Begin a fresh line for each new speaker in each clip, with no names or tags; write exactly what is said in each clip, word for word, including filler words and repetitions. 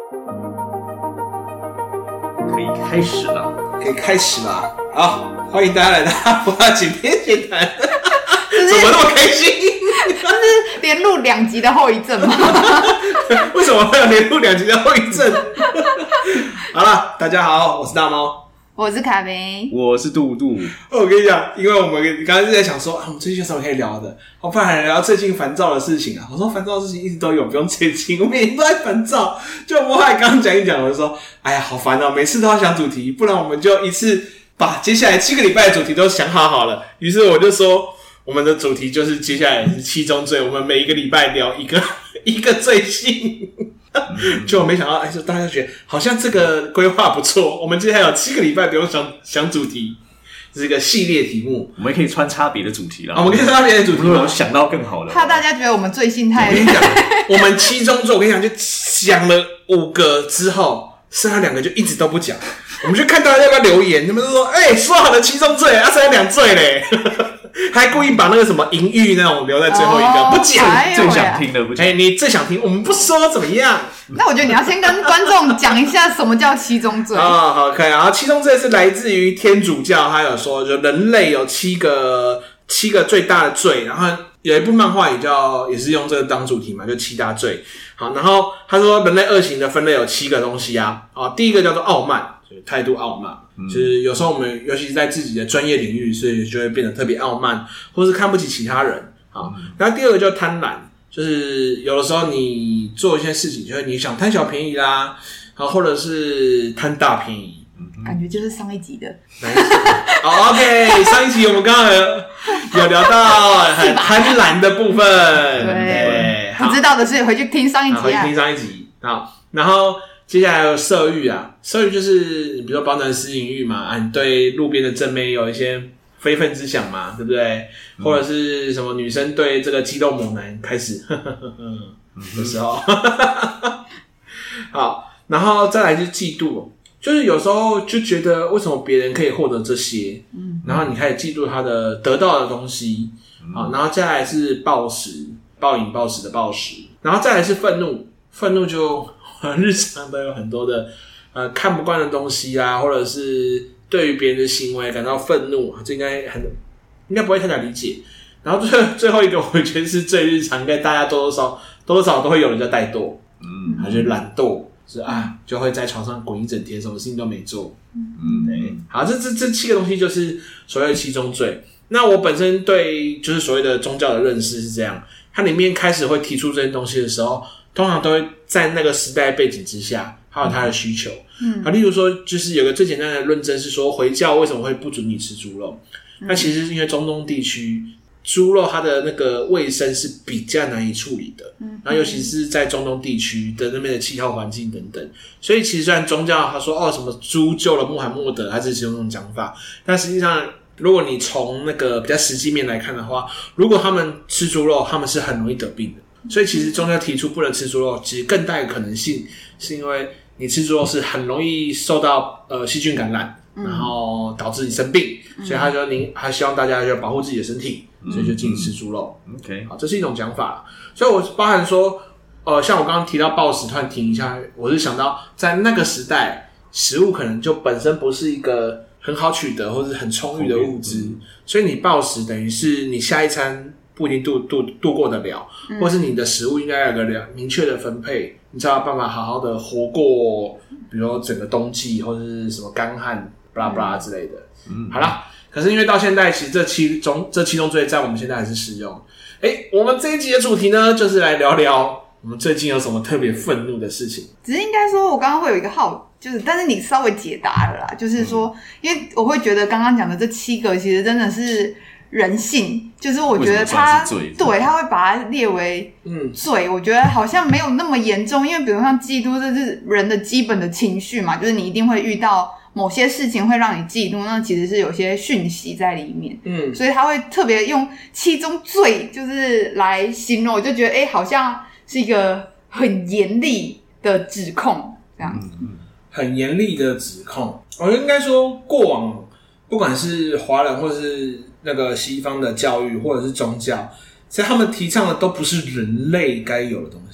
可以开始了，
可以开始了。好，欢迎大家来到哈佛景天闲谈。怎么那么开心？
这是连录两集的后遗症吗？
为什么会有连录两集的后遗症？好了，大家好，我是大猫，
我是卡梅，
我是杜杜。
我跟你讲，因为我们刚刚是在想说，啊，我们最近有什么可以聊的？我不然聊最近烦躁的事情啊。我说烦躁的事情一直都有，不用最近，我每天都在烦躁。就我们后来刚刚讲一讲，我就说，哎呀，好烦哦，每次都要想主题，不然我们就一次把接下来七个礼拜的主题都想好好了。于是我就说，我们的主题就是接下来是七宗罪，我们每一个礼拜聊一个一个罪性。就我没想到，哎，就大家觉得好像这个规划不错。我们接下来有七个礼拜不用想想主题，这是一个系列题目。
我们可以穿插别的主题啦。
啊，我们可以穿插别的主题。
如果有想到更好的，
怕大家觉得我们罪性太……
我跟你讲，我们七宗罪，我跟你讲，就讲了五个之后，剩下两个就一直都不讲。我们就看大家要不要留言，他们就说：“哎、欸，说好的七宗罪，啊，剩下两罪嘞。”还故意把那个什么淫欲那种留在最后一个，哦、不讲、
哎、
最想听的不讲。
哎、欸，你最想听，我们不说怎么样？
那我觉得你要先跟观众讲一下什么叫七宗罪。
啊，好，可以。然后七宗罪是来自于天主教，他有说，就人类有七个七个最大的罪，然后有一部漫画也叫，也是用这个当主题嘛，就七大罪。好，然后他说人类恶行的分类有七个东西啊。啊，第一个叫做傲慢。就是态度傲慢，嗯、就是有时候我们尤其是在自己的专业领域，所以就会变得特别傲慢，或是看不起其他人。好，嗯、然后第二个叫贪婪，就是有的时候你做一些事情，就是你想贪小便宜啦，好，或者是贪大便宜。
感觉就是上一集的。
好 ，OK， 上一集我们刚刚有, 有聊到很贪婪的部分，
对，不知道的是回去听上一集啊，
回去听上一集。好，然后。接下来有色欲啊，色欲就是你比如说包含私淫欲嘛，啊，你对路边的正妹有一些非分之想嘛，对不对？嗯、或者是什么女生对这个肌肉猛男开始呵呵呵的时候，好，然后再来就是嫉妒，就是有时候就觉得为什么别人可以获得这些，嗯，然后你开始嫉妒他的得到的东西，好，然后再来是暴食，暴饮暴食的暴食，然后再来是愤怒，愤怒就。日常都有很多的呃看不惯的东西啊，或者是对于别人的行为感到愤怒，这应该很应该不会太难理解。然后最最后一个，我觉得是最日常，应该大家多多少多多少都会有人叫怠惰，嗯，还是懒惰，是啊，就会在床上滚一整天，什么事情都没做，嗯，对。好，这这这七个东西就是所谓的七宗罪。那我本身对就是所谓的宗教的认识是这样，它里面开始会提出这些东西的时候。通常都会在那个时代背景之下，还有他的需求。嗯，啊，例如说，就是有个最简单的论证是说，回教为什么会不准你吃猪肉？嗯、那其实是因为中东地区猪肉它的那个卫生是比较难以处理的，嗯，然后尤其是在中东地区的那边的气候环境等等，所以其实虽然宗教他说哦什么猪救了穆罕默德，他只是用这种讲法，但实际上。如果你从那个比较实际面来看的话，如果他们吃猪肉，他们是很容易得病的。所以其实宗教提出不能吃猪肉，其实更大的可能性是因为你吃猪肉是很容易受到呃细菌感染，嗯、然后导致你生病，嗯、所以他就您还希望大家就保护自己的身体，嗯、所以就禁止吃猪肉。
嗯、OK，
好，这是一种讲法。所以我包含说，呃，像我刚刚提到暴食，突然停一下，我是想到在那个时代，食物可能就本身不是一个。很好取得或是很充裕的物质，嗯、所以你暴食等于是你下一餐不一定度度度过得了，嗯、或是你的食物应该有个明确的分配，你才有办法好好的活过，比如说整个冬季或者是什么干旱，巴拉巴拉之类的。嗯，好啦，可是因为到现在，其实这七宗这七宗罪在我们现在还是适用。诶，我们这一集的主题呢，就是来聊聊我们最近有什么特别愤怒的事情。
只是应该说，我刚刚会有一个好。就是，但是你稍微解答了啦，就是说，因为我会觉得刚刚讲的这七个其实真的是人性，就是我觉得他对他会把它列为罪，嗯，我觉得好像没有那么严重，因为比如像嫉妒，这是人的基本的情绪嘛，就是你一定会遇到某些事情会让你嫉妒，那其实是有些讯息在里面，嗯，所以他会特别用七宗罪就是来形容，我就觉得哎，好像是一个很严厉的指控这样子。嗯
很严厉的指控，我应该说，过往不管是华人或是那个西方的教育或者是宗教，其实他们提倡的都不是人类该有的东西。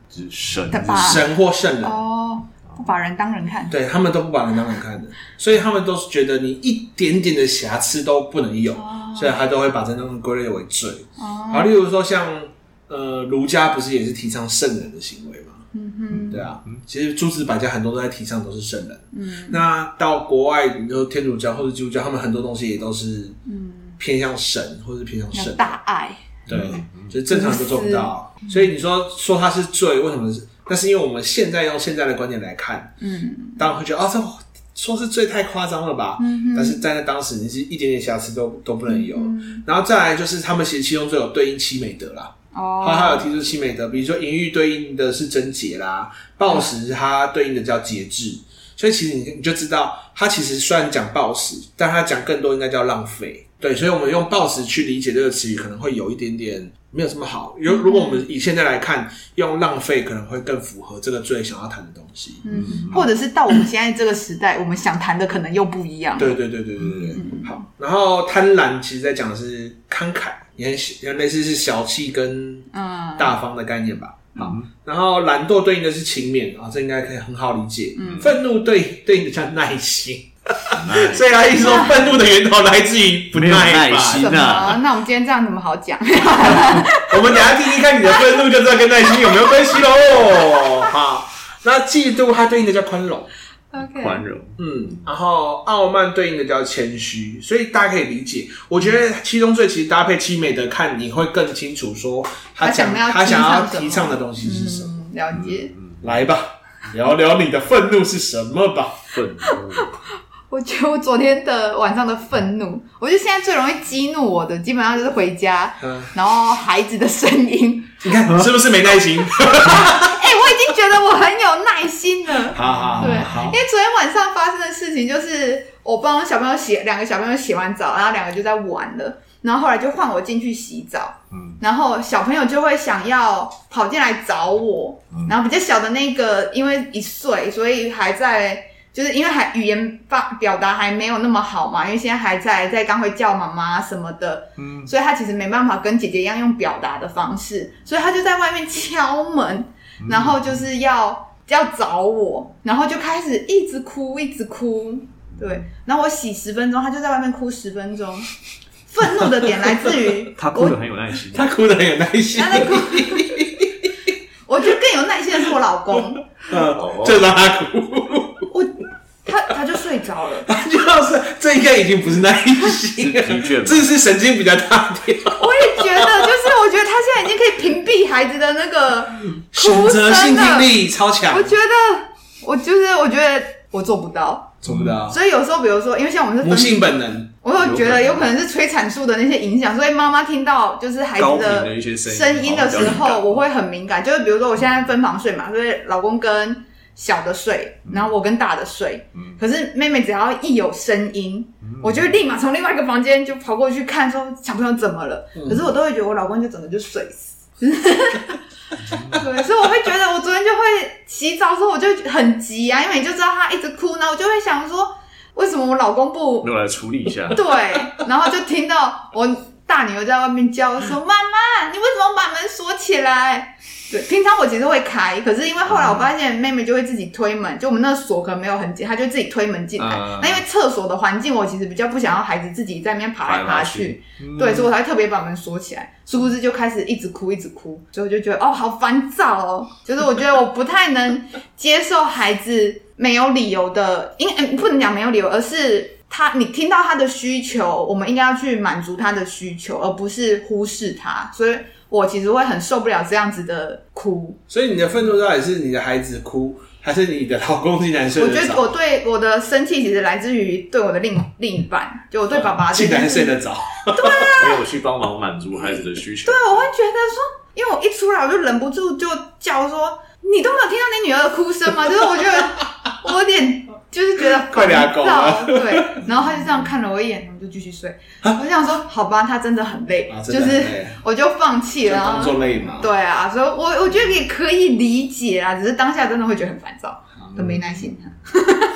是神，
神或圣人
哦，不把人当人看，
对他们都不把人当人看的，所以他们都是觉得你一点点的瑕疵都不能有，哦、所以他都会把这东西归类为罪。哦、好，例如说像呃儒家不是也是提倡圣人的行为吗？嗯哼，对啊，其实诸子百家很多都在提倡都是圣人。嗯，那到国外，你说天主教或者基督教，他们很多东西也都是嗯偏向神或者偏向圣
大爱。
对，就是正常人都做不到。所以你说说它是罪，为什么是？那是因为我们现在用现在的观点来看，嗯，当然会觉得哦，这说是罪太夸张了吧？嗯，但是在那当时，你是一点点瑕疵都都不能有。嗯、然后再来就是他们其实其中就有对应七美德啦。哦，他有提出七美德，比如说淫欲对应的是贞洁啦，暴食它对应的叫节制。所以其实你你就知道，他其实虽然讲暴食，但他讲更多应该叫浪费。对，所以我们用暴食去理解这个词语，可能会有一点点没有这么好。如如果我们以现在来看，用浪费可能会更符合这个最想要谈的东西。
嗯，或者是到我们现在这个时代，我们想谈的可能又不一样。
对对对对对对。嗯、好，然后贪婪其实在讲的是愤慨，也很类似是小气跟大方的概念吧。嗯、好，然后懒惰对应的是勤勉啊，这应该可以很好理解。嗯，愤怒对对应的叫耐心。所以他一说愤怒的源头来自于不耐
心啊。
那我们今天这样怎么好讲？
我们等一下听听看你的愤怒，就知道跟耐心有没有关系喽。好，那嫉妒它对应的叫宽容。
OK，
宽容，
嗯，然后傲慢对应的叫谦虚，所以大家可以理解。我觉得七宗罪其实搭配七美德看，你会更清楚说他讲他想要提倡的东西是什么。
嗯、了解、
嗯，来吧，聊聊你的愤怒是什么吧。愤怒。
我觉得我昨天的晚上的愤怒，我觉得现在最容易激怒我的，基本上就是回家，嗯、然后孩子的声音。
你看是不是没耐心？
哎、欸，我已经觉得我很有耐心了。
好好好，
对，因为昨天晚上发生的事情就是，我帮小朋友洗，两个小朋友洗完澡，然后两个就在玩了，然后后来就换我进去洗澡，嗯，然后小朋友就会想要跑进来找我，嗯、然后比较小的那个，因为一岁，所以还在。就是因为还语言发表达还没有那么好嘛，因为现在还在在刚会叫妈妈什么的，嗯，所以他其实没办法跟姐姐一样用表达的方式，所以他就在外面敲门，然后就是要要找我，然后就开始一直哭一直哭，对，然后我洗十分钟，他就在外面哭十分钟。愤怒的点来自于
他哭得很有耐心，
他哭得很有耐心，
他在哭。我觉得更有耐心的是我老公，
嗯，就让他哭。
我他他就睡着了，
他就是这应该已经不是耐心了，这是神经比较大点。
我也觉得，就是我觉得他现在已经可以屏蔽孩子的那个
选择性听力超强。
我觉得，我就是我觉得我做不到，
做不到。
所以有时候，比如说，因为像我们是
母性本能，
我会觉得有可能是催产素的那些影响，所以妈妈听到就是孩子的声音的时候，我会很敏感。就是比如说，我现在分房睡嘛，所以老公跟小的睡，然后我跟大的睡。嗯、可是妹妹只要一有声音，嗯、我就会立马从另外一个房间就跑过去看，说小朋友怎么了？嗯、可是我都会觉得我老公就整个就睡死。对，所以我会觉得我昨天就会洗澡的时候我就很急啊，因为你就知道他一直哭，然后我就会想说，为什么我老公不
用来处理一下？
对，然后就听到我大女儿在外面叫说：“妈妈，你为什么把门锁起来？”对，平常我其实会开，可是因为后来我发现妹妹就会自己推门，就我们那个锁可能没有很紧，她就自己推门进来。嗯、那因为厕所的环境，我其实比较不想要孩子自己在那边爬来爬去，嗯、对，所以我才特别把门锁起来。殊不知就开始一直哭，一直哭，所以我就觉得哦，好烦躁哦，就是我觉得我不太能接受孩子没有理由的，因为不能讲没有理由，而是他你听到他的需求，我们应该要去满足他的需求，而不是忽视他，所以。我其实会很受不了这样子的哭，
所以你的愤怒到底是你的孩子哭，还是你的老公竟然睡得着？
我觉得我对我的生气其实来自于对我的另另一半，就我对爸爸
竟然睡得着，
对啊，
没有去帮忙满足孩子的需求。
对，我会觉得说，因为我一出来我就忍不住就叫说，你都没有听到你女儿的哭声吗？就是我觉得我有点。就是觉得
快点狗了，
对，然后他就这样看了我一眼，然后就继续睡。我就想说，好吧，他真的很累，
啊、
就是我就放弃了。
工作累嘛？
对啊，所以我我觉得也可以理解啦，只是当下真的会觉得很烦躁，很没耐心。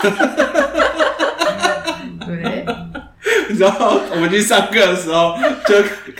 对。
然后我们去上课的时候，就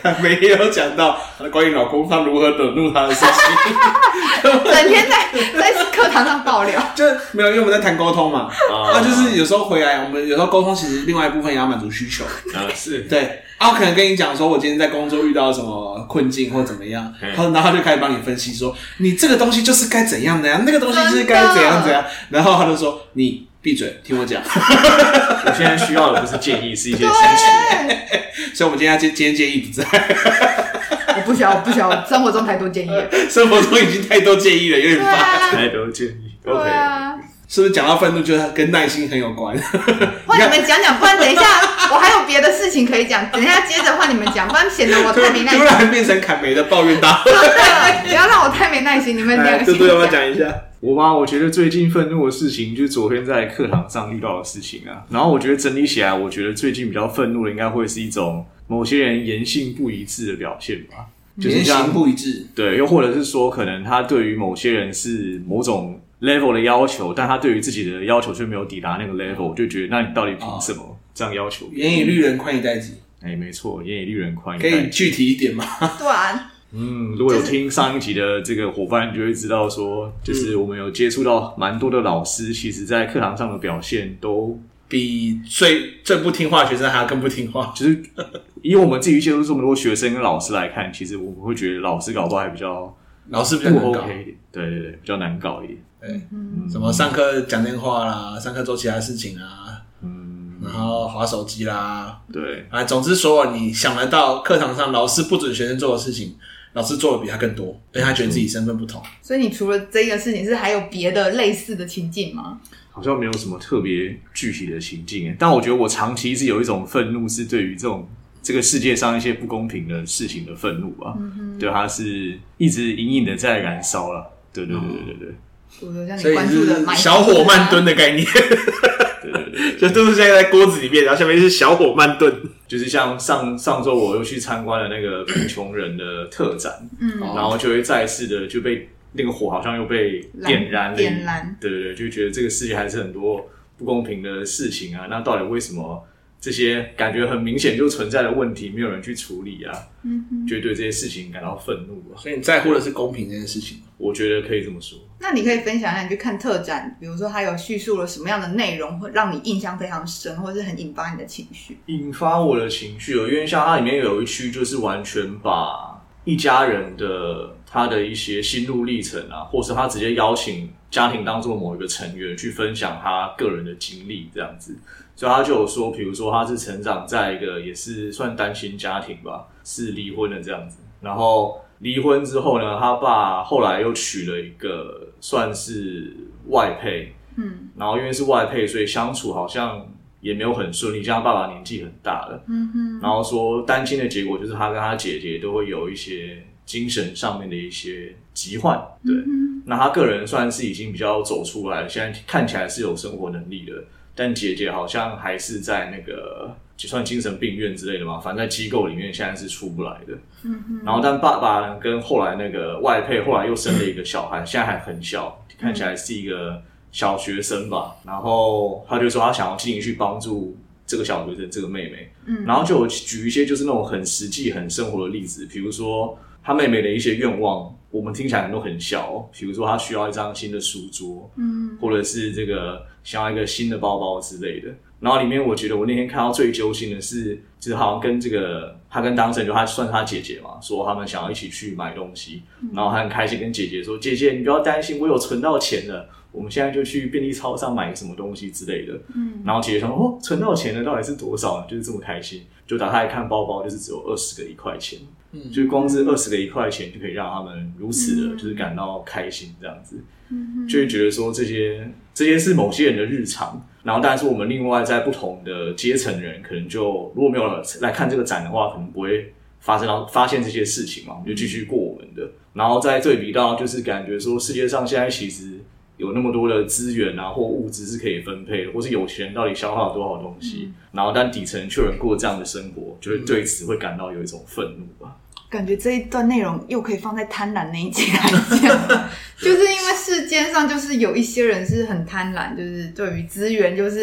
凯梅也有讲到关于老公他如何惹怒他的事情，
整天在在课堂上爆料，
就没有，因为我们在谈沟通嘛，啊，就是有时候回来，我们有时候沟通其实另外一部分也要满足需求，
啊是，
对，啊，我可能跟你讲说，我今天在工作遇到什么困境或怎么样，然后他就开始帮你分析说，你这个东西就是该怎样的呀，那个东西就是该怎样怎样，然后他就说你闭嘴，听我讲。
我现在需要的不是建议，是一些支持。
所以我们今天要今天建议不在。
我不需要，我不需要，生活中太多建议了。
生活中已经太多建议了，有点烦。
太多建议。
对啊。
是不是讲到愤怒，就是跟耐心很有关？
换你们讲讲，不然等一下我还有别的事情可以讲。等一下接着换你们讲，不然显得我太没耐心。
突然变成凯梅的抱怨大会。
真的，不要让我太没耐心。你们两个先
讲。要不要讲一下？
我吗？我觉得最近愤怒的事情，就是昨天在课堂上遇到的事情啊。然后我觉得整理起来，我觉得最近比较愤怒的，应该会是一种某些人言行不一致的表现吧。就是
言行不一致，
对，又或者是说，可能他对于某些人是某种 level 的要求，但他对于自己的要求却没有抵达那个 level， 我就觉得，那你到底凭什么这样要求？
严以律人，宽以待己。
哎、欸，没错，严以律人，宽以待己。
可以具体一点吗？
对啊。
嗯，如果有听上一集的这个伙伴，你就会知道说，就是我们有接触到蛮多的老师，其实在课堂上的表现都
比最最不听话的学生还要更不听话。
就是以我们自己接触这么多学生跟老师来看，其实我们会觉得老师搞不好还比较
老师比较难搞
OK 一点，对对对，比较难搞一点。
对，嗯、什么上课讲电话啦，上课做其他事情啊，嗯，然后滑手机啦，
对，
啊，总之所有你想得到课堂上老师不准学生做的事情。老师做的比他更多，因为他觉得自己身份不同。
所以你除了这个事情，是还有别的类似的情境吗？
好像没有什么特别具体的情境耶，但我觉得我长期是有一种愤怒，是对于这种这个世界上一些不公平的事情的愤怒吧。嗯、对，它是一直隐隐的在燃烧了。对对对对对对。
我就像你关注的
小火慢炖的概念。
对对对，
就都是现在在锅子里面，然后下面是小火慢炖。
就是像上上周我又去参观了那个贫穷人的特展，嗯，然后就会再次的就被那个火好像又被点燃了，
点燃，
对对对，就觉得这个世界还是很多不公平的事情啊。那到底为什么这些感觉很明显就存在的问题没有人去处理啊？嗯哼，就会对这些事情感到愤怒啊。
所以你在乎的是公平这件事情，
我觉得可以这么说。
那你可以分享一下，你去看特展，比如说它有叙述了什么样的内容，会让你印象非常深，或是很引发你的情绪？
引发我的情绪哦，因为像它里面有一区就是完全把一家人的他的一些心路历程啊，或是他直接邀请家庭当中的某一个成员去分享他个人的经历这样子。所以他就有说，比如说他是成长在一个也是算单亲家庭吧，是离婚的这样子，然后离婚之后呢，他爸后来又娶了一个算是外配，嗯，然后因为是外配，所以相处好像也没有很顺利，加上爸爸年纪很大了，嗯哼，然后说单亲的结果就是他跟他姐姐都会有一些精神上面的一些疾患，对，嗯、那他个人算是已经比较走出来了，现在看起来是有生活能力的。但姐姐好像还是在那个就算精神病院之类的嘛，反正在机构里面现在是出不来的。嗯哼。然后但爸爸呢跟后来那个外配后来又生了一个小孩，现在还很小，看起来是一个小学生吧。然后他就说他想要进去帮助这个小学生这个妹妹。嗯。然后就有举一些就是那种很实际很生活的例子，比如说他妹妹的一些愿望，我们听起来都很小哦，比如说他需要一张新的书桌，嗯，或者是这个想要一个新的包包之类的。然后里面我觉得我那天看到最揪心的是，就是好像跟这个他跟当事人就他算是他姐姐嘛，说他们想要一起去买东西，然后他很开心跟姐姐说：“姐姐，你不要担心，我有存到钱了，我们现在就去便利超商买什么东西之类的。”嗯，然后姐姐说：“哦，存到钱了，到底是多少呢？”就是这么开心，就打开来看包包，就是只有二十个一块钱。嗯，就光是二十个一块钱就可以让他们如此的，就是感到开心这样子，嗯，就会觉得说这些这些是某些人的日常，然后但是我们另外在不同的阶层的人，可能就如果没有来看这个展的话，可能不会发生到发现这些事情嘛，我们就继续过我们的，然后再对比到就是感觉说世界上现在其实有那么多的资源啊或物质是可以分配的，或是有钱人到底消耗了多少东西，嗯，然后但底层却有人过这样的生活，就会对此会感到有一种愤怒吧。
感觉这一段内容又可以放在贪婪那一集来讲，就是因为世间上就是有一些人是很贪婪，就是对于资源就是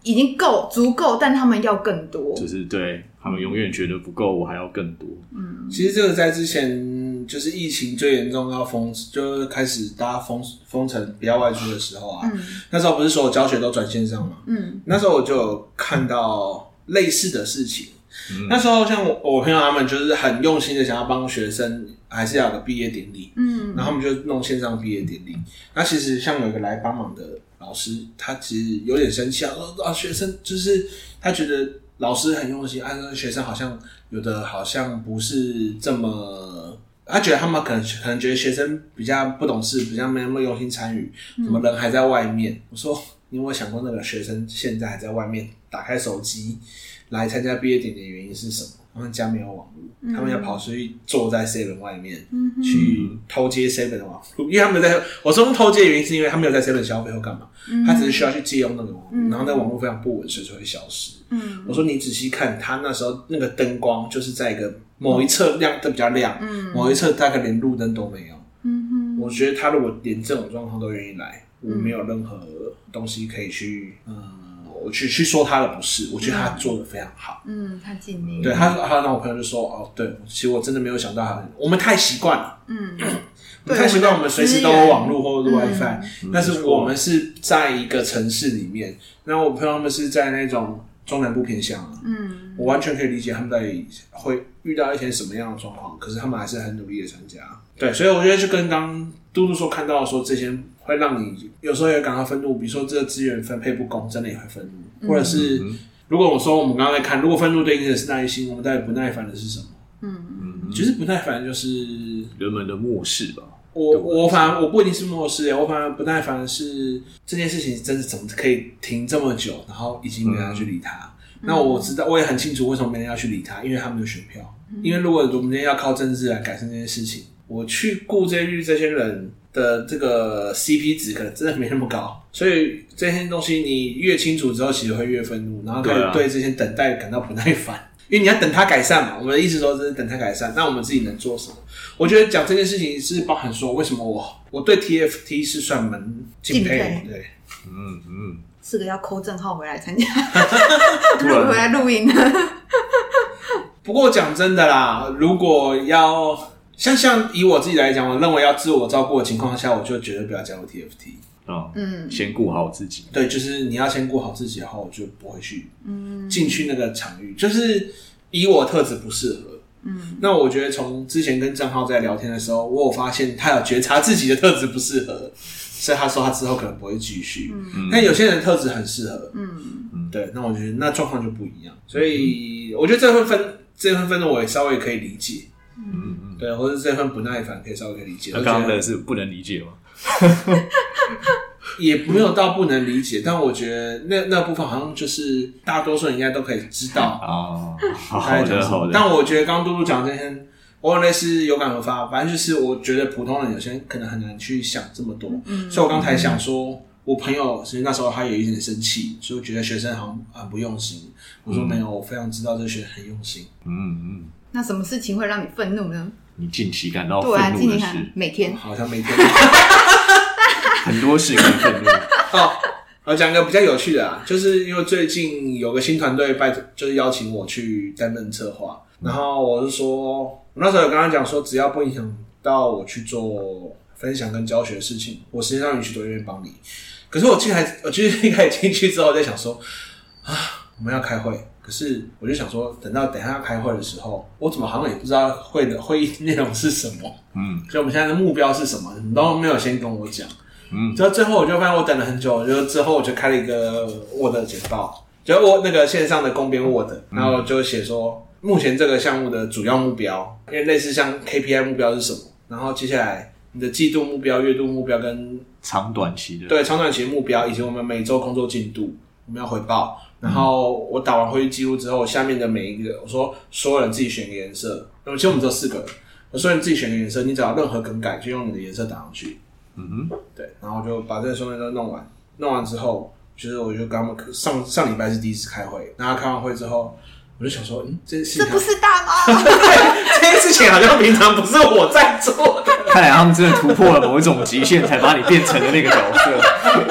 已经够足够，但他们要更多，
就是对他们永远觉得不够，我还要更多。
嗯，其实这个在之前就是疫情最严重要封，就开始大家封封城不要外出的时候啊，嗯、那时候不是所有教学都转线上嘛，嗯，那时候我就有看到类似的事情。嗯、那时候像 我, 我朋友他们就是很用心的想要帮学生还是要有个毕业典礼，嗯，然后他们就弄线上毕业典礼。那其实像有一个来帮忙的老师，他其实有点生气啊，啊学生就是他觉得老师很用心，啊学生好像有的好像不是这么，他觉得他们可能可能觉得学生比较不懂事，比较没那么用心参与，什么人还在外面。嗯、我说你有没有想过那个学生现在还在外面打开手机来参加毕业典礼的原因是什么？他们家没有网络，嗯、他们要跑出去坐在 seven 外面，嗯、去偷接 seven 的网络，因为他们在我说偷接的原因是因为他没有在 seven 消费或干嘛，嗯、他只是需要去借用那个网络，嗯、然后那个网络非常不稳，所以就会消失。嗯、我说你仔细看，他那时候那个灯光就是在一个某一侧亮的比较亮，嗯、某一侧大概连路灯都没有。嗯、我觉得他如果连这种状况都愿意来，我没有任何东西可以去嗯。我去去说他的不是，我觉得他做的非常好。嗯，他尽力。对他，他让我朋友就说：“哦，对，其实我真的没有想到他，我们太习惯了。嗯，我们太习惯我们随时都有网络或者 WiFi，嗯、但是我们是在一个城市里面，那我朋友他们是在那种中南部偏乡啊。嗯，我完全可以理解他们到底会遇到一些什么样的状况，可是他们还是很努力的参加。对，所以我觉得就跟刚嘟嘟说看到说这些。会让你有时候也感到愤怒，比如说这个资源分配不公，真的也会愤怒，嗯、或者是如果我说我们刚刚在看，如果愤怒对应的是耐心，我们到底不耐烦的是什么？嗯嗯，其实不耐烦就是
人们的漠视吧。
我我反而我不一定是漠视，我反而不耐烦的是这件事情真的怎么可以停这么久，然后已经没人要去理他。嗯、那我知道，我也很清楚为什么没人要去理他，因为他没有选票。嗯、因为如果我们今天要靠政治来改善这件事情，我去顾这些这些人的这个 C P 值可能真的没那么高，所以这些东西你越清楚之后，其实会越愤怒，然后开始对这些等待感到不耐烦，因为你要等他改善嘛。我们的意思说，这是等他改善，那我们自己能做什么？我觉得讲这件事情是包含说，为什么我我对 T F T 是算蛮敬佩的，对，
嗯嗯，是个要扣正号回来参加，突然回来录音。
不过讲真的啦，如果要像像以我自己来讲，我认为要自我照顾的情况下，我就绝对不要加入 T F T。
哦、嗯，先顾好自己。
对，就是你要先顾好自己的话，我就不会去进去那个场域。就是以我特质不适合。嗯，那我觉得从之前跟郑浩在聊天的时候，我有发现他有觉察自己的特质不适合，所以他说他之后可能不会继续。嗯，但有些人的特质很适合。嗯，对，那我觉得那状况就不一样。所以我觉得这份分这份分的我也稍微可以理解。嗯嗯，对，或者这份不耐烦可以稍微可以理解。
他刚刚的是不能理解吗？
也没有到不能理解，但我觉得那那部分好像就是大多数人应该都可以知道啊。
好的好的。
但我觉得刚刚嘟嘟讲这些，我有类似有感而发，反正就是我觉得普通人有些人可能很难去想这么多，嗯、所以我刚才想说，我朋友其实那时候他有一点生气，所以我觉得学生好像很不用心。我说没有，我非常知道这学生很用心。嗯
嗯。那什么事情会让你愤怒呢？
你近期感到愤怒的事？对啊，近期
每天
好像每天
很多事可以愤怒。
哦，我讲个比较有趣的啊，就是因为最近有个新团队拜，就是邀请我去担任策划，然后我是说，我那时候有跟他讲说，只要不影响到我去做分享跟教学的事情，我实际上允许都愿意帮你。可是我进来，我其实一开始进去之后，在想说啊，我们要开会。可是我就想说，等到等一下要开会的时候，我怎么好像也不知道会的会议内容是什么，嗯，所以我们现在的目标是什么，你都没有先跟我讲，嗯，之后最后我就发现我等了很久，就之后我就开了一个 Word 简报，就我那个线上的公编 Word， 然后就写说目前这个项目的主要目标，因为类似像 K P I 目标是什么，然后接下来你的季度目标、月度目标跟
长短期的，
对，长短期的目标，以及我们每周工作进度，我们要回报。然后我打完会议记录之后，下面的每一个我说所有人自己选个颜色，其实我们只有四个人，我说你自己选个颜色，你只要任何更改就用你的颜色打上去。嗯哼，对，然后就把这些东西都弄完，弄完之后，就是我就跟他们上上礼拜是第一次开会，然后开完会之后，我就想说，嗯，这件事情
这不是大吗？
这件事情好像平常不是我在做的，
看来他们真的突破了某一种极限，才把你变成了那个角色。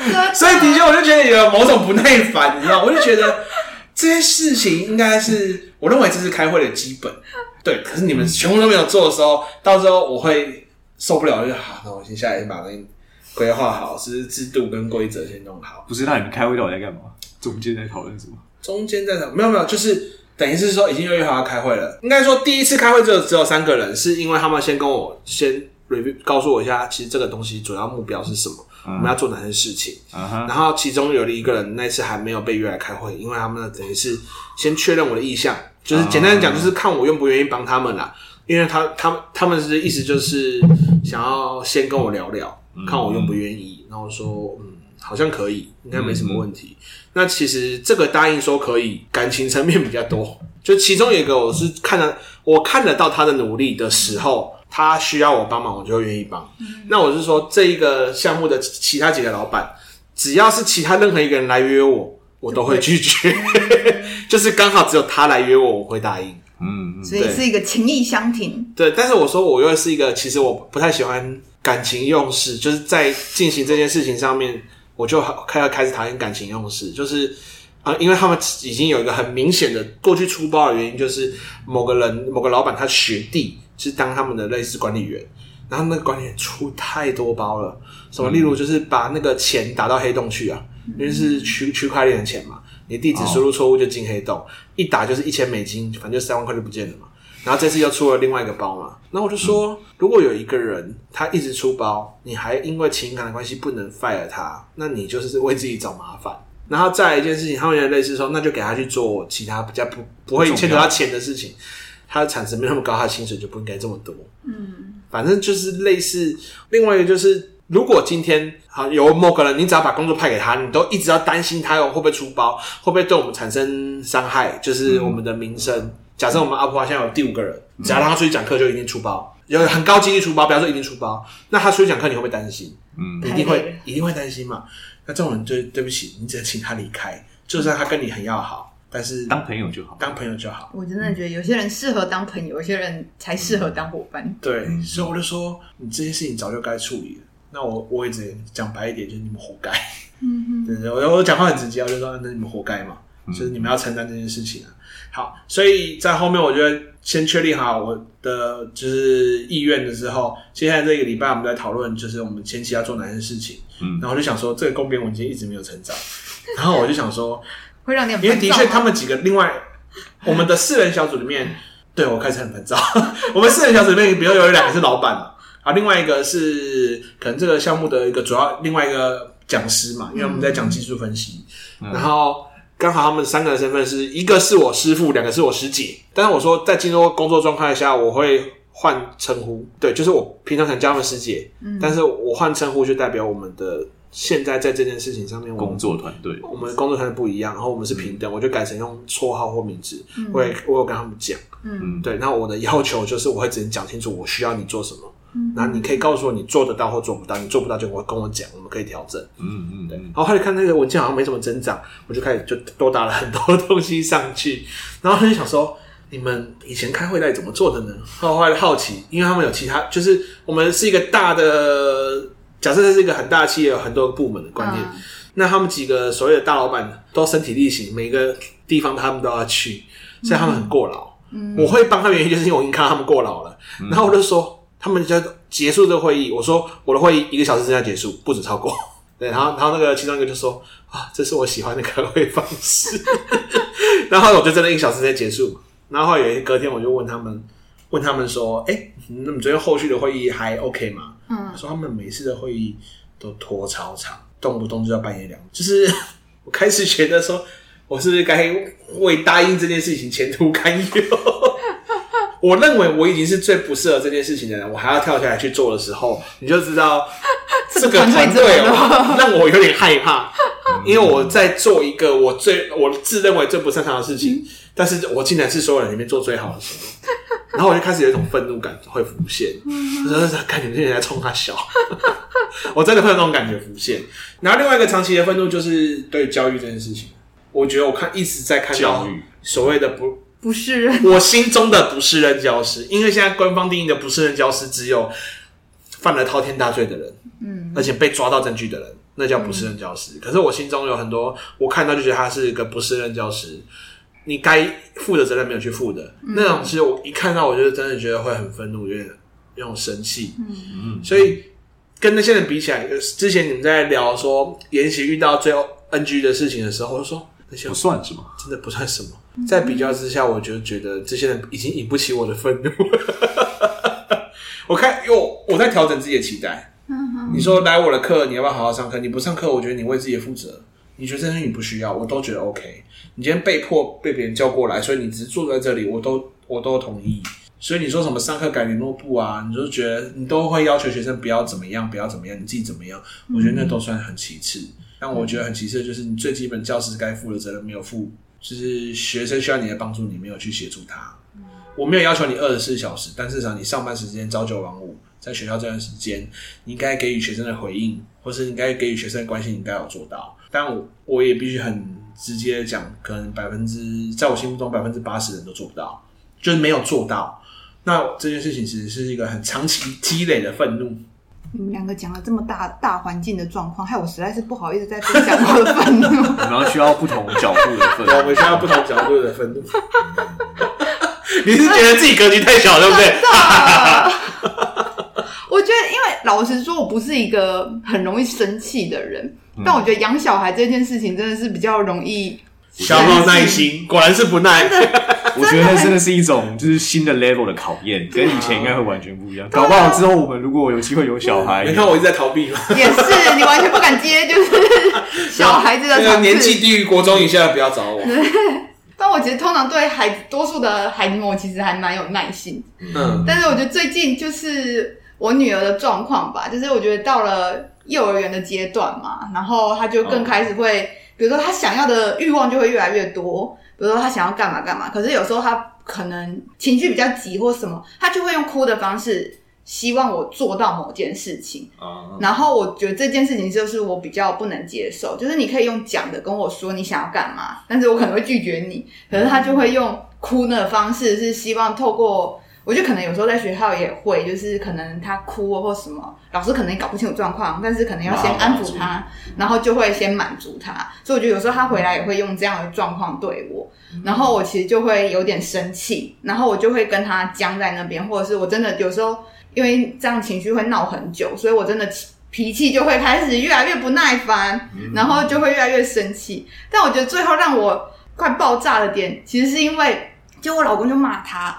所以的确我就觉得有某种不耐烦，你知道，我就觉得这些事情应该是我认为这是开会的基本，对。可是你们全部都没有做的时候，到时候我会受不了，就好，那我先下来先把那规划好，是制度跟规则先弄好。
不是，那你们开会到底在干嘛？中间在讨论什么？
中间在讨没有没有，就是等于是说已经约好要开会了。应该说第一次开会只有只有三个人，是因为他们先跟我先 review 告诉我一下，其实这个东西主要目标是什么，嗯、我们要做哪些事情。嗯、然后其中有一个人那次还没有被约来开会，因为他们等于是先确认我的意向，就是简单的讲，就是看我愿不愿意帮他们啦。因为他他们他们是意思就是想要先跟我聊聊，嗯、看我愿不愿意，然后说嗯好像可以，应该没什么问题。嗯、那其实这个答应说可以，感情层面比较多。就其中有一个我是看得我看得到他的努力的时候，他需要我帮忙，我就会愿意帮。嗯、那我是说这一个项目的其他几个老板，只要是其他任何一个人来约我，我都会拒绝。就是刚好只有他来约我，我会答应。
嗯，所以是一个情义相挺。
对，但是我说我又是一个，其实我不太喜欢感情用事，就是在进行这件事情上面，我就开开始讨厌感情用事，就是啊、呃，因为他们已经有一个很明显的过去出包的原因，就是某个人某个老板他学弟是当他们的类似管理员，然后那个管理员出太多包了，什么例如就是把那个钱打到黑洞去啊，因为是区区块链的钱嘛。你地址输入错误就进黑洞，哦、一打就是一千美金，反正就三万块就不见了嘛。然后这次又出了另外一个包嘛，那我就说，嗯、如果有一个人他一直出包，你还因为情感的关系不能 fire 他，那你就是为自己找麻烦。然后再来一件事情，他们也类似说，那就给他去做其他比较不不会牵扯到钱的事情，他的产值没那么高，他的薪水就不应该这么多。嗯，反正就是类似。另外一个就是。如果今天好有某个人，你只要把工作派给他，你都一直要担心他会不会出包，会不会对我们产生伤害，就是我们的名声。嗯、假设我们阿普华现在有第五个人，只要让他出去讲课就一定出包，有很高几率出包，不要说一定出包，那他出去讲课你会不会担心？嗯，一定会，一定会担心嘛。那这种人就对不起，你只能请他离开，就算他跟你很要好，但是
当朋友就好，
当朋友就好。
我真的觉得有些人适合当朋友，有些人才适合当伙伴。
对，嗯、所以我就说，你这些事情早就该处理了。那我我也只讲白一点，就是你们活该。嗯对对，我我讲话很直接，我就说那你们活该嘛，嗯、就是你们要承担这件事情啊。好，所以在后面我觉得先确立好我的就是意愿的时候，接下来这个礼拜我们在讨论，就是我们前期要做哪些事情。嗯，然后我就想说，这个共编文件一直没有成长，然后我就想说，
会让你很
因为的确他们几个另外我们的四人小组里面，对我开始很烦躁。我们四人小组里面，比如有两个是老板嘛。啊，另外一个是可能这个项目的一个主要另外一个讲师嘛，因为我们在讲技术分析，嗯、然后刚好他们三个的身份是一个是我师父，两个是我师姐。但是我说在进入工作状态下，我会换称呼，对，就是我平常可能叫他们师姐，嗯、但是我换称呼就代表我们的现在在这件事情上面，
工作团队，
我们的工作团队不一样，然后我们是平等，嗯、我就改成用绰号或名字，嗯、我也我有跟他们讲，嗯，对，那我的要求就是我会直接讲清楚我需要你做什么。然后你可以告诉我你做得到或做不到，你做不到就会跟我讲，我们可以调整。嗯嗯，对。然后开始看那个文件好像没什么增长，我就开始就多打了很多东西上去。然后他就想说，你们以前开会到底怎么做的呢？然后后来好奇，因为他们有其他，就是我们是一个大的，假设这是一个很大的企业，有很多个部门的观念。嗯、那他们几个所谓的大老板都身体力行，每个地方他们都要去，所以他们很过劳。嗯、我会帮他原因就是因为我已经看到他们过劳了，嗯、然后我就说。他们就结束这个会议，我说我的会议一个小时之内结束，不止超过。对，然后然后那个其中一个就说啊，这是我喜欢的开会方式。然后我就真的一个小时之内结束。然后后来有一隔天我就问他们，问他们说，哎，那么昨天后续的会议还 OK 吗？嗯，说他们每次的会议都拖超长，动不动就要半夜两点。就是我开始觉得说，我是不是该为答应这件事情前途堪忧？我认为我已经是最不适合这件事情的人，我还要跳下来去做的时候，你就知道这个团队让我有点害怕，因为我在做一个我最我自认为最不擅长的事情，但是我竟然是所有人里面做最好的时候，然后我就开始有一种愤怒感会浮现，我说看你们这些人在冲他笑，我真的会有那种感觉浮现。然后另外一个长期的愤怒就是对教育这件事情，我觉得我看一直在看到所谓的不。
不是人，
我心中的不是任教师，因为现在官方定义的不是任教师只有犯了滔天大罪的人，嗯，而且被抓到证据的人， 那叫不适任教师、嗯、可是我心中有很多我看到就觉得他是一个不适任教师，你该负的责任没有去负的、嗯、那种，其实我一看到我就真的觉得会很愤怒，有点有种生气。嗯，所以跟那些人比起来，之前你们在聊说研习遇到最后 N G 的事情的时候，我就说那些
不算什么，
真的不算什么。在比较之下，我就觉得这些人已经引不起我的愤怒了。我看，因为我我在调整自己的期待。你说来我的课，你要不要好好上课？你不上课，我觉得你为自己负责。你觉得这些你不需要，我都觉得 OK。你今天被迫被别人叫过来，所以你只是坐在这里，我都我都同意。所以你说什么上课改联络簿啊，你就觉得你都会要求学生不要怎么样，不要怎么样，你自己怎么样？我觉得那都算很其次。但我觉得很其次的就是你最基本教师该负的责任没有负，就是学生需要你的帮助，你没有去协助他。我没有要求你二十四小时，但至少你上班时间朝九晚五，在学校这段时间，你应该给予学生的回应，或是你应该给予学生的关心，你应该有做到。但我我也必须很直接的讲，可能百分之在我心目中百分之八十人都做不到，就是没有做到。那这件事情其实是一个很长期积累的愤怒。
你们两个讲了这么大大环境的状况，害我实在是不好意思再分享我的愤怒。
我们要需要不同角度的愤怒，
我们需要不同角度的愤怒。你是觉得自己格局太小，对不对？
我觉得，因为老实说，我不是一个很容易生气的人，嗯、但我觉得养小孩这件事情真的是比较容易
消耗耐心，果然是不耐。
我觉得那真的是一种就是新的 level 的考验，跟以前应该会完全不一样。搞不好之后我们如果有机会有小孩，
你看我一直在逃避吗？
也是，你完全不敢接，就是小孩子的尝试。
那个年纪低于国中以下的不要找我。
但我其实通常对孩子，多数的孩子们，我其实还蛮有耐心。嗯，但是我觉得最近就是我女儿的状况吧，就是我觉得到了幼儿园的阶段嘛，然后她就更开始会，比如说她想要的欲望就会越来越多。比如说他想要干嘛干嘛，可是有时候他可能情绪比较急或什么，他就会用哭的方式希望我做到某件事情、uh-huh. 然后我觉得这件事情就是我比较不能接受，就是你可以用讲的跟我说你想要干嘛，但是我可能会拒绝你，可是他就会用哭的方式是希望透过，我觉得可能有时候在学校也会，就是可能他哭或什么，老师可能也搞不清楚状况，但是可能要先安抚他，然后就会先满足他，所以我觉得有时候他回来也会用这样的状况对我，然后我其实就会有点生气，然后我就会跟他僵在那边，或者是我真的有时候因为这样情绪会闹很久，所以我真的脾气就会开始越来越不耐烦，然后就会越来越生气。但我觉得最后让我快爆炸的点，其实是因为就我老公就骂他。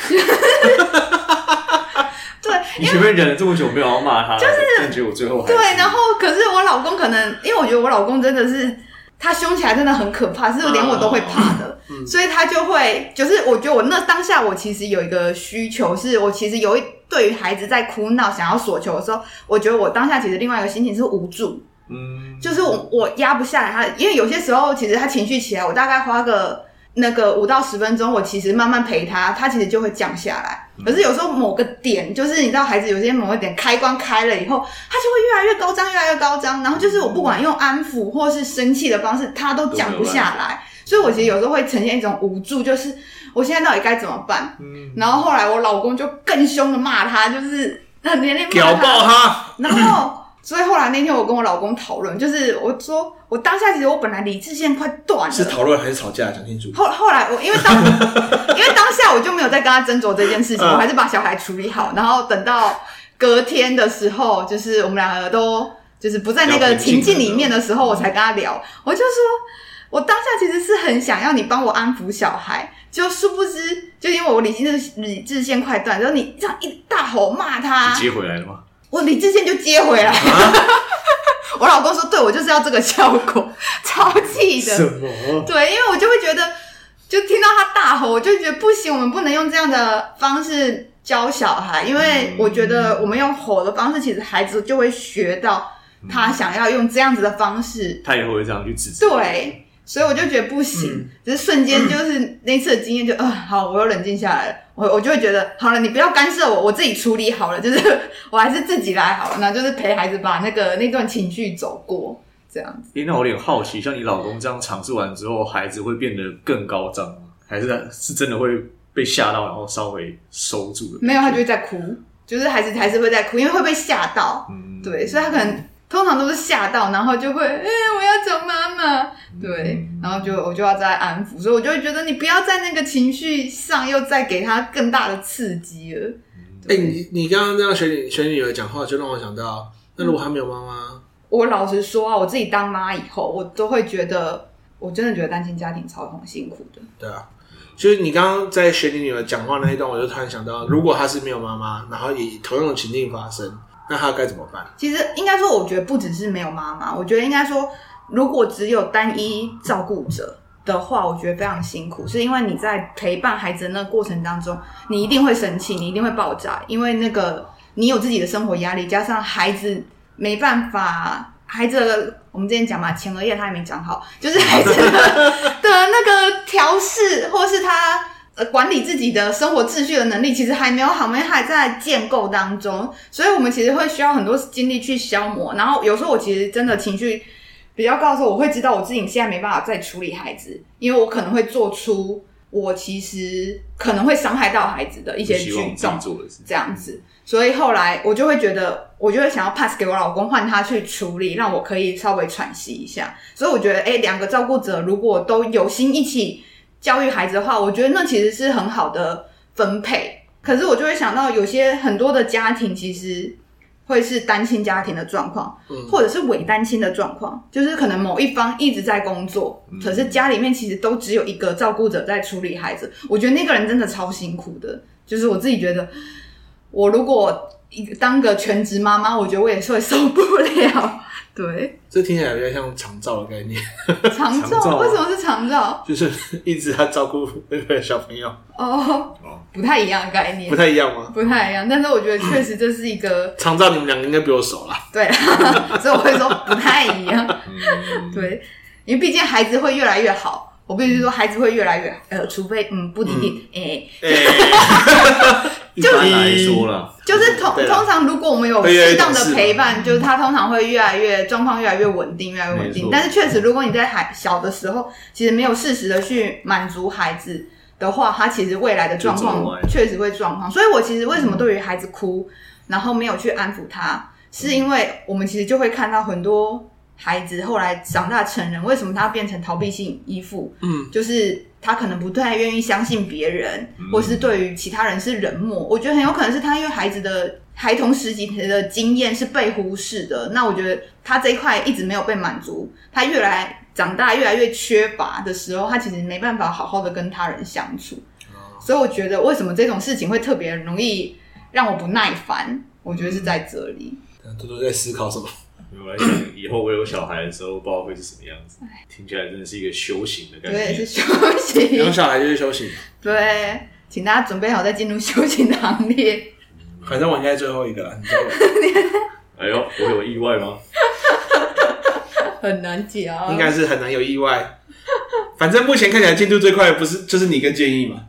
对，
你前面忍了这么久没有要骂他，就是感觉我最后还
对，然后可是我老公可能因为我觉得我老公真的是他凶起来真的很可怕，是连我都会怕的、嗯、所以他就会就是我觉得我那当下我其实有一个需求，是我其实有一对于孩子在哭闹想要索求的时候，我觉得我当下其实另外一个心情是无助，嗯，就是我我压不下来他，因为有些时候其实他情绪起来，我大概花个那个五到十分钟，我其实慢慢陪他，他其实就会降下来。可是有时候某个点，就是你知道孩子有些某个点开关开了以后，他就会越来越高涨，越来越高涨，然后就是我不管用安抚或是生气的方式，他都讲不下来。所以我其实有时候会呈现一种无助，就是我现在到底该怎么办？嗯、然后后来我老公就更凶的骂他，就是很连连骂他，
屌爆他，
然后。所以后来那天我跟我老公讨论，就是我说我当下其实我本来理智线快断了，
是讨论还是吵架？讲清楚。
后后来我因为当因为当下我就没有再跟他斟酌这件事情，我还是把小孩处理好，然后等到隔天的时候，就是我们两个都就是不在那个情境里面的时候，我才跟他聊。我就说我当下其实是很想要你帮我安抚小孩，就殊不知就因为我理智理智线快断，然后你这样一大吼骂他，
接回来了吗？
我理智线就接回来了、啊、我老公说对，我就是要这个效果，超气的。
什么？
对，因为我就会觉得就听到他大吼，我就觉得不行，我们不能用这样的方式教小孩，因为我觉得我们用吼的方式，其实孩子就会学到他想要用这样子的方式，
他也会这样去指责。
对，所以我就觉得不行，嗯、只是瞬间就是那次的经验就，呃，好，我又冷静下来了，我我就会觉得，好了，你不要干涉我，我自己处理好了，就是我还是自己来好了，那就是陪孩子把那个那段情绪走过，这样子。
欸，那我有点好奇，像你老公这样尝试完之后，孩子会变得更高涨吗？还是是真的会被吓到，然后稍微收住了？
没有，他就会在哭，就是孩子还是会在哭，因为会被吓到，嗯，对，所以他可能。 通常都是吓到，然后就会，哎、欸，我要找妈妈，对，然后就我就要再安抚，所以我就会觉得你不要在那个情绪上又再给他更大的刺激了。
哎、欸，你你刚刚这样学你学女儿讲话，就让我想到，那如果她没有妈妈，
我老实说啊，我自己当妈以后，我都会觉得，我真的觉得单亲家庭超痛辛苦的。
对啊。就是你刚刚在学你女儿讲话那一段，我就突然想到，如果她是没有妈妈，然后以同样的情境发生，那她该怎么办？
其实应该说，我觉得不只是没有妈妈，我觉得应该说，如果只有单一照顾者的话，我觉得非常辛苦，是因为你在陪伴孩子的那个过程当中，你一定会生气，你一定会爆炸，因为那个你有自己的生活压力，加上孩子没办法。孩子的，我们之前讲嘛，前额叶他还没长好，就是孩子的的那个调试，或是他呃管理自己的生活秩序的能力，其实还没有好，因为还在建构当中，所以我们其实会需要很多精力去消磨。然后有时候我其实真的情绪比较高的时候，我会知道我自己现在没办法再处理孩子，因为我可能会做出我其实可能会伤害到孩子的一些举动，这样子。所以后来我就会觉得，我就会想要 pass 给我老公，换他去处理，让我可以稍微喘息一下。所以我觉得，诶，两个照顾者如果都有心一起教育孩子的话，我觉得那其实是很好的分配。可是我就会想到，有些很多的家庭其实会是单亲家庭的状况，嗯、或者是伪单亲的状况，就是可能某一方一直在工作，嗯、可是家里面其实都只有一个照顾者在处理孩子。我觉得那个人真的超辛苦的，就是我自己觉得。我如果当个全职妈妈，我觉得我也是会受不了。对，
这听起来比较像长照的概念。
长照？为什么是长照？
就是一直在照顾那个小朋友。
哦，不太一样的概念。
不太一样吗？
不太一样，但是我觉得确实这是一个
长照，你们两个应该比我熟啦。
对啦，所以我会说不太一样。对，因为毕竟孩子会越来越好。我必须说，孩子会越来越呃，除非嗯不一定，哎、嗯，欸欸、
一般来说啦，
就是通通常如果我们有适当的陪伴，就是他通常会越来越状况越来越稳定，越来越稳定。但是确实，如果你在还小的时候，其实没有适时的去满足孩子的话，他其实未来的状况确实会状况。所以我其实为什么对于孩子哭，然后没有去安抚他，是因为我们其实就会看到很多。孩子后来长大成人，为什么他变成逃避性依附？嗯，就是他可能不太愿意相信别人，嗯、或是对于其他人是冷漠。我觉得很有可能是他因为孩子的孩童时期的经验是被忽视的。那我觉得他这一块一直没有被满足，他越来长大越来越缺乏的时候，他其实没办法好好的跟他人相处。哦、所以我觉得为什么这种事情会特别容易让我不耐烦？我觉得是在这里。
多多在思考什么？
我来想以后我有小孩的时候，不知道会是什么样子。听起来真的是一个修行的感觉。
对，是修行。
有小孩就是修行。
对，请大家准备好，再进入修行的行列。
反正我应该最后一个了，你知道吗？
哎呦，我有意外吗？
很难讲，
应该是很难有意外。反正目前看起来进度最快的不是就是你跟建议嘛？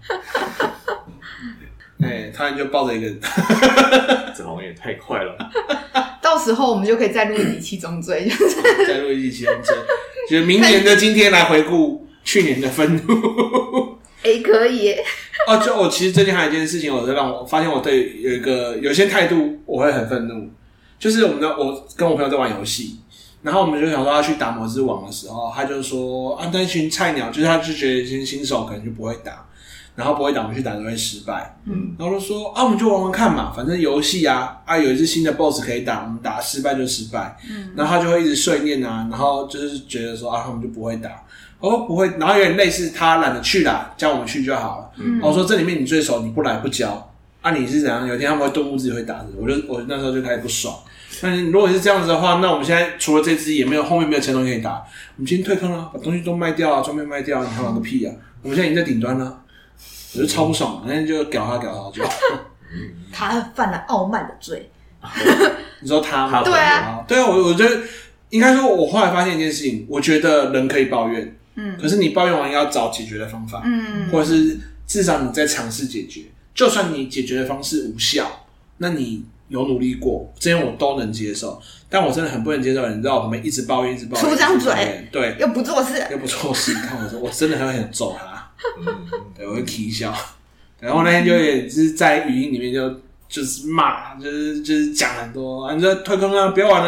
哎、欸，突然就抱着一个人，
这好像也太快了。
到时候我们就可以再录一集七宗罪，就是
再录一集七宗罪，就是明年的今天来回顾去年的愤怒。
哎、欸，可以耶。
哦，就我其实最近还有一件事情，我在让我发现我对有一个有些态度我会很愤怒，就是我们的我跟我朋友在玩游戏，然后我们就想说要去打魔之王的时候，他就说啊，那群菜鸟，就是他就觉得新新手可能就不会打。然后不会打，我们去打都会失败。嗯，然后就说啊，我们就玩玩看嘛，反正游戏啊，啊有一只新的 boss 可以打，我们打失败就失败。嗯，然后他就会一直碎念啊，然后就是觉得说啊，他们就不会打，哦不会，然后有点类似他懒得去啦，叫我们去就好了。嗯，我说这里面你最熟，你不来不教，啊你是怎样？有一天他们会顿悟自己会打的，我就我那时候就开始不爽。但是如果是这样子的话，那我们现在除了这只也没有后面没有钱东西可以打，我们今天退坑了，把东西都卖掉啊，装备卖掉，你还玩个屁啊！我们现在已经在顶端了。我就超不爽，那天就屌他屌他就。
他犯了傲慢的罪。
你说他吗？
对啊，
对啊，我我觉得应该说，我后来发现一件事情，我觉得人可以抱怨，嗯，可是你抱怨完要找解决的方法，嗯，或者是至少你在尝试解决，就算你解决的方式无效，那你有努力过，这些我都能接受。但我真的很不能接受人在我旁边一直抱怨，一直抱怨，
出张嘴，
对，
又不做事，
又不做事。你看我说，我真的很想揍他。嗯，对，我会啼笑。然后那天就也是在语音里面就就是骂，就是就是讲很多，啊、你说退坑啊，不要玩啊，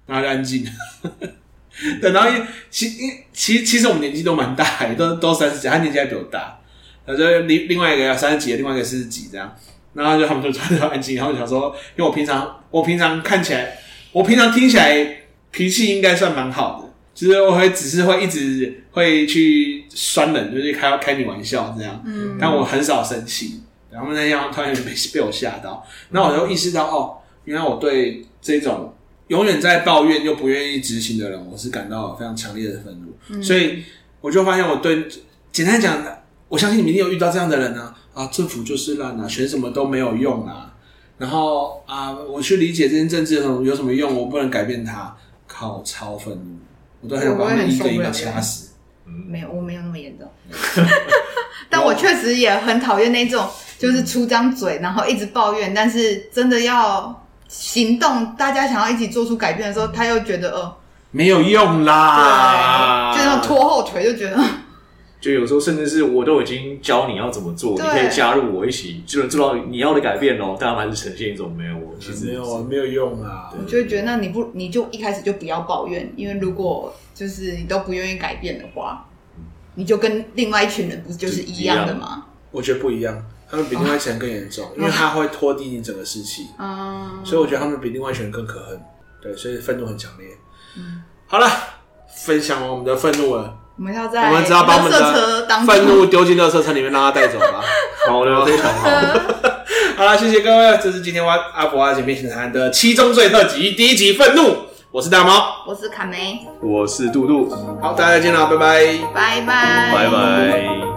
然后就安静。对，然后其其其实我们年纪都蛮大，都都三十几，他年纪还比我大。然后就另另外一个三十几，另外一个四十几这样。然后就他们就突然安静，然后就想说，因为我平常我平常看起来，我平常听起来脾气应该算蛮好的，就是我会只是会一直会去酸人，就是开开你玩笑这样。嗯，但我很少生气。然后那样突然被被我吓到，然后我就意识到哦，原来我对这种永远在抱怨又不愿意执行的人，我是感到非常强烈的愤怒。嗯、所以我就发现，我对简单讲，我相信你们一定有遇到这样的人啊啊，政府就是烂啊，选什么都没有用啊。然后啊，我去理解这件政治有什么用？我不能改变它，靠，超愤怒，我都很想把他们一个一个掐死。
没有，我没有那么严重。
但我确实也很讨厌那种，就是出张嘴，然后一直抱怨，但是真的要行动，大家想要一起做出改变的时候，他又觉得呃
没有用啦，
对，就那种拖后腿，就觉得。
就有时候甚至是我都已经教你要怎么做，你可以加入我一起，就能做到你要的改变哦。但他们还是呈现一种没有我，其实
没有啊，没有用啊。
我就会觉得，那你不，你就一开始就不要抱怨，因为如果就是你都不愿意改变的话，你就跟另外一群人不就是一样的吗？
我觉得不一样，他们比另外一群人更严重，哦、因为他会拖低你整个士气。嗯，所以我觉得他们比另外一群人更可恨。对，所以愤怒很强烈。嗯，好了，分享完我们的愤怒了。
我们要在
我们只要把我们的愤怒丢进垃圾车里面，让它带走吧。
好的，非常好。
好了，谢谢各位，这是今天阿伯阿姐妹闲谈的七宗罪特辑第一集愤怒。我是大猫，
我是卡梅，
我是杜杜。
好，大家再见了，拜拜，
拜拜，
拜拜。